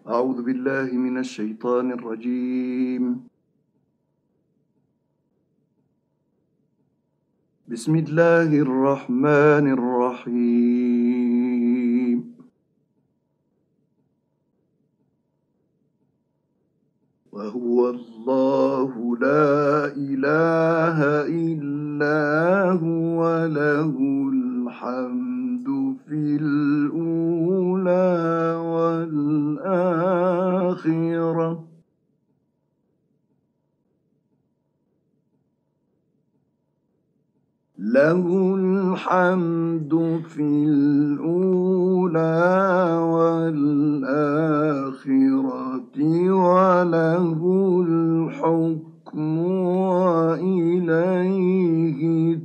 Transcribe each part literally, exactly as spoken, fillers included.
أعوذ بالله من الشيطان الرجيم. بسم الله الرحمن الرحيم. وهو الله لا إله إلا هو له الحمد في الأولى والآخرة له الحمد في الأولى والآخرة وله الحكم وإليه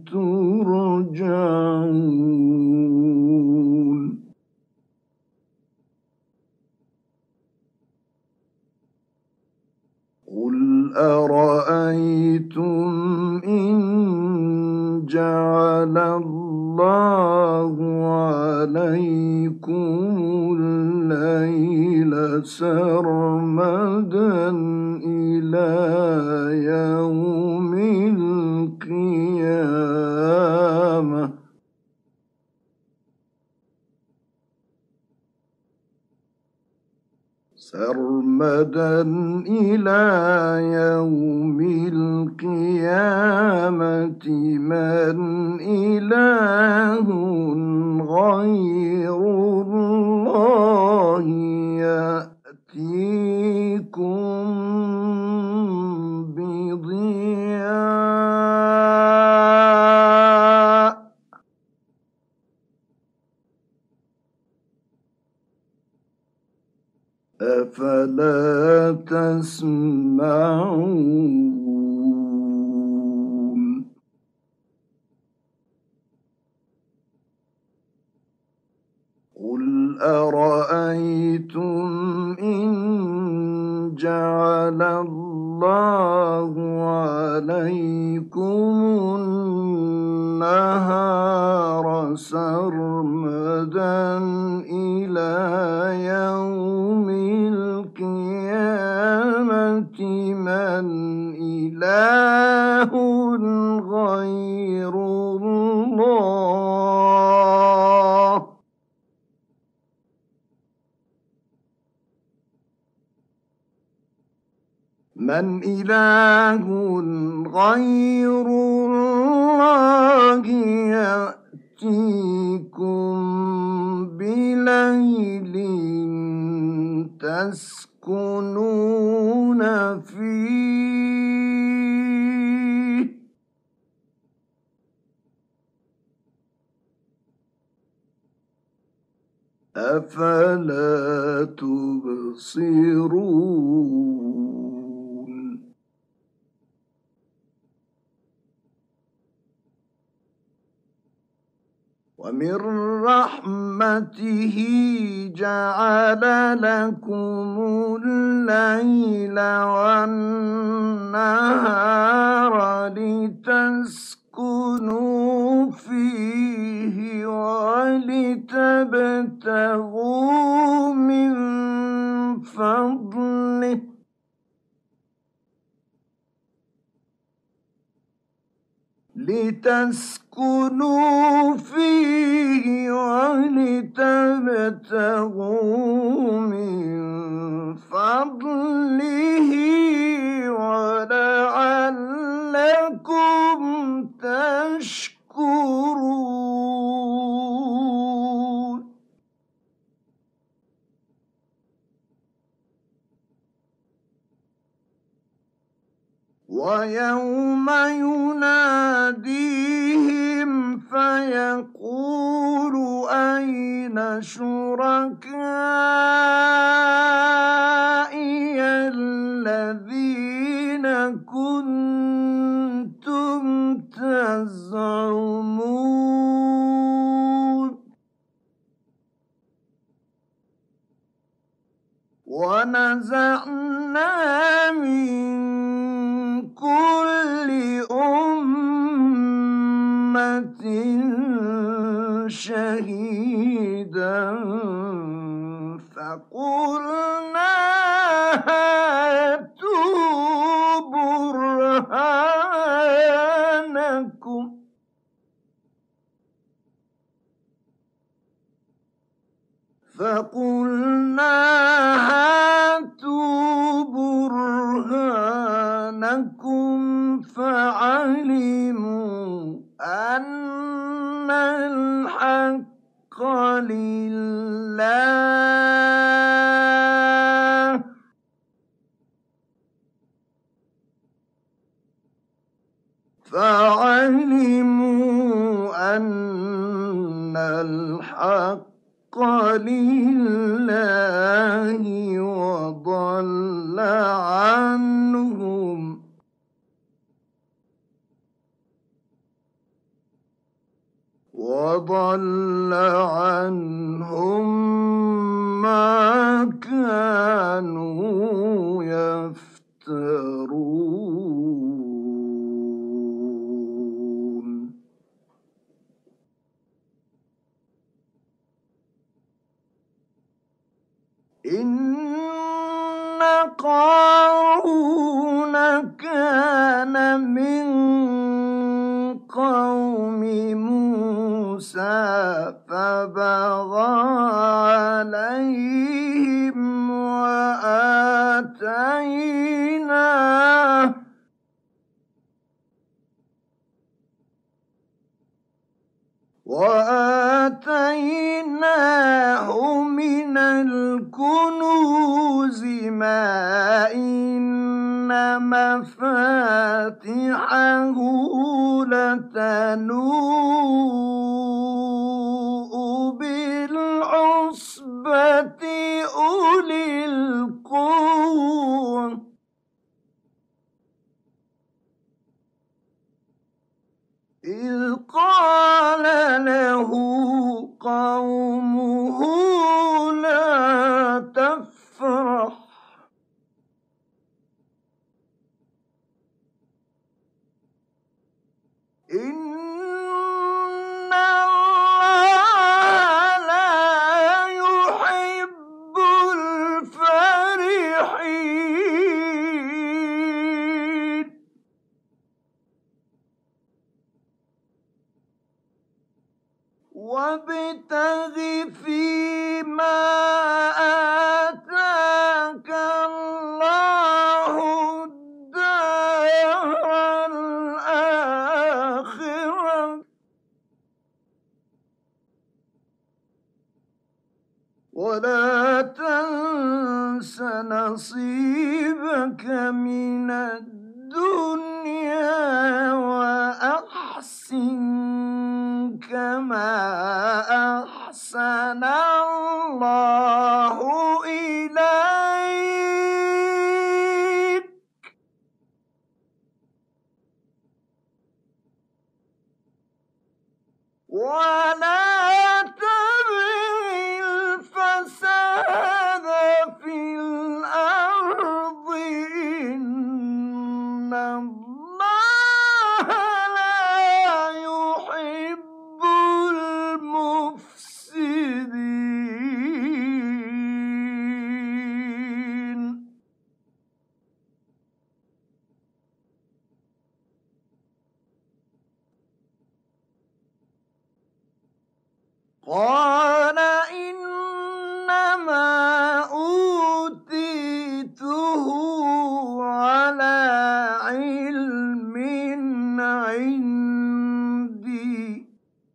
ترجعون. قل أرأيتم إن جعل الله عليكم الليل سرمدا إلى يوم القيامة سرمدا إلى يوم القيامة من إله غير الله يأتيكم بضياء أفلا تسمعون. قل أرأيتم إن جعل الله عليكم النهار سرمدا إلى يوم القيامة من إله غير الله من إله غير الله يأتيكم بليل تسكنون فيه أفلا تبصرون. ومن رحمته جعل لكم الليل والنهار لتسكنوا فيه ولتبتغوا من فضله لتسكنوا فيه ولتبتغوا من فضله ولعلكم تشكرون. ويوم يناديهم فيقول أين شركائي الذين كنتم تزعمون ونزعنا من كل أمة شهيدا فقلنا فقلنا هاتوا برهانكم فعلموا أن الحق لله فعلموا أن الحق لله وضل عنهم وضل عنهم ما كانوا يفترون. إن قارون كان من قوم موسى فبغى عليهم وآتيناه وآتيناه من الكنوز ما إن مفاتحه لتنوء بالعصبة أولي القوة إذ قال له قومه لا تفرح إن الله لا يحب الفرحين. وابتغ فيما آتاك الله الدار الآخرة ولا تنس نصيبك من الدنيا وأحسن كما أحسن الله إليك ولا تبغ الفساد في الأرض إن الله لا يحب المفسدين. قال إنما أوتيته على علم عندي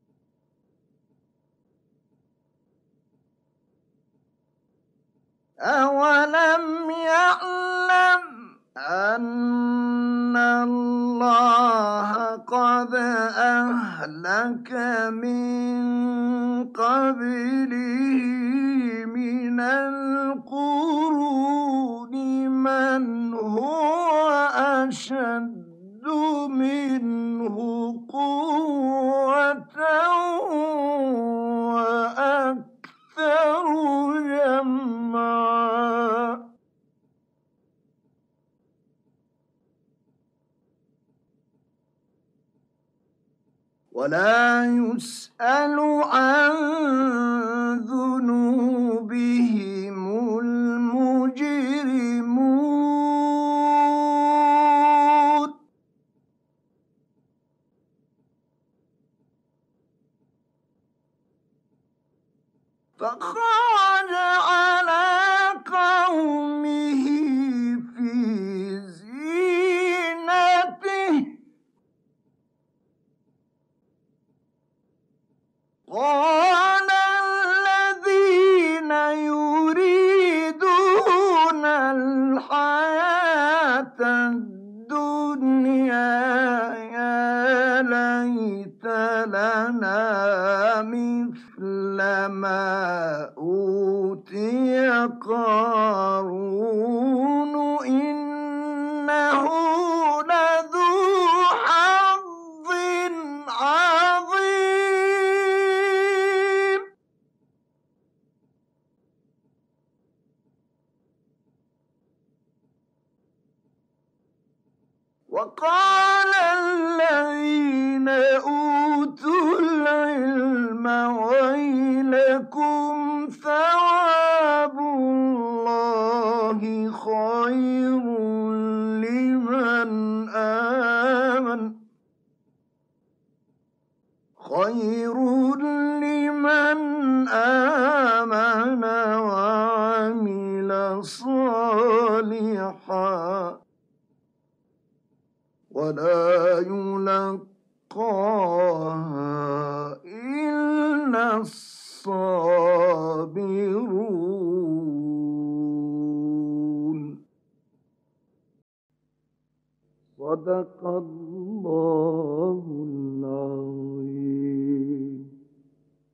أولم يعلم أن الله قد أهلك من قبله من القرون من هو أشد منه قوة وأكثر جمعا ولا يسأل عن ذنوبهم المجرمون. فخرج قارون إنه لذو حظ عظيم وقال الذين أوتوا العلم ويلكم ثواب الله خير لمن آمن خير لمن آمن وعمل صالحا ولا يلقاها إلا الصابرون. صدق الله العظيم.